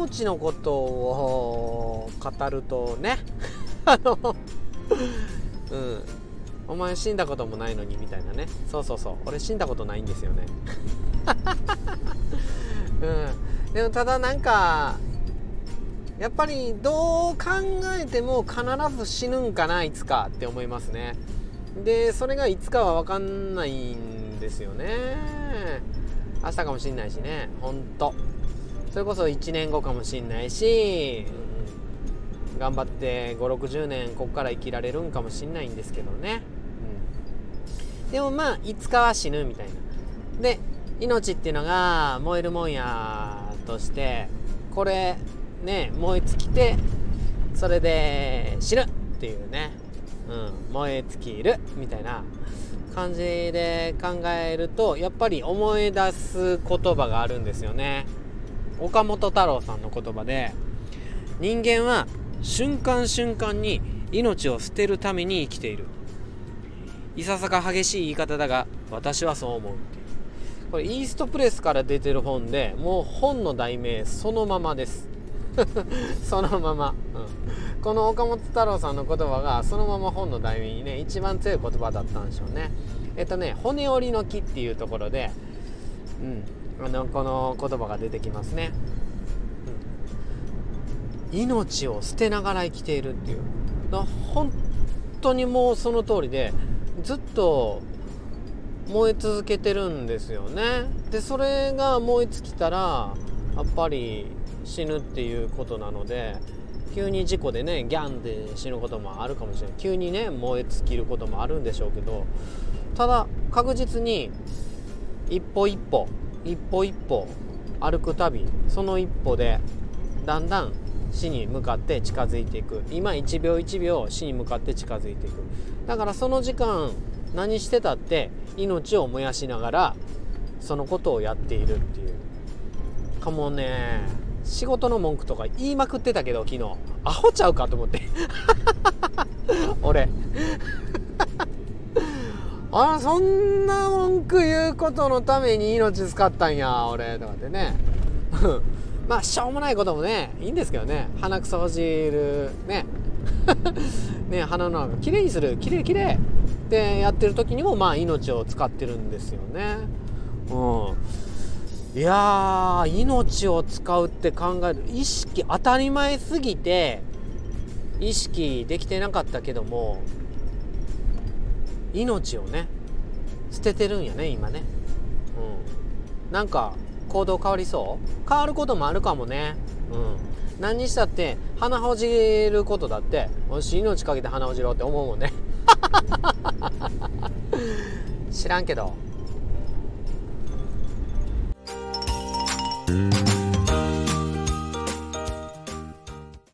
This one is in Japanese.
命のことを語るとねお前死んだこともないのにみたいなね。そう俺死んだことないんですよねでもただなんかやっぱりどう考えても必ず死ぬんかないつかって思いますね。でそれがいつかは分かんないんですよね。明日かもしんないしね。ほんとそれこそ1年後かもしんないし、頑張って5、60年こっから生きられるんかもしんないんですけどね、でもまあいつかは死ぬみたいな。で命っていうのが燃えるもんやとして、これね燃え尽きてそれで死ぬっていうね、燃え尽きるみたいな感じで考えると、やっぱり思い出す言葉があるんですよね。岡本太郎さんの言葉で、人間は瞬間瞬間に命を捨てるために生きている。いささか激しい言い方だが私はそう思うっていう。これイーストプレスから出てる本で、もう本の題名そのままですそのまま、この岡本太郎さんの言葉がそのまま本の題名にね一番強い言葉だったんでしょうね。骨折りの木っていうところで、この言葉が出てきますね、命を捨てながら生きているっていう。本当にもうその通りで、ずっと燃え続けてるんですよね。でそれが燃え尽きたらやっぱり死ぬっていうことなので、急に事故でねギャンって死ぬこともあるかもしれない。急にね燃え尽きることもあるんでしょうけど、ただ確実に一歩一歩歩くたび、その一歩でだんだん死に向かって近づいていく。今1秒1秒死に向かって近づいていく。だからその時間何してたって命を燃やしながらそのことをやっているっていうかもね。仕事の文句とか言いまくってたけど、昨日アホちゃうかと思って俺そんな文句言うことのために命使ったんや俺とかってねまあしょうもないこともねいいんですけどね。鼻くそほじるねね、鼻の中きれいにする、きれいってやってる時にもまあ命を使ってるんですよね。いや命を使うって考える意識当たり前すぎて意識できてなかったけども、命をね捨ててるんやね今ね。なんか行動変わりそう？変わることもあるかもね。何にしたって鼻ほじることだって、もし命かけて鼻ほじろうって思うもんね知らんけど。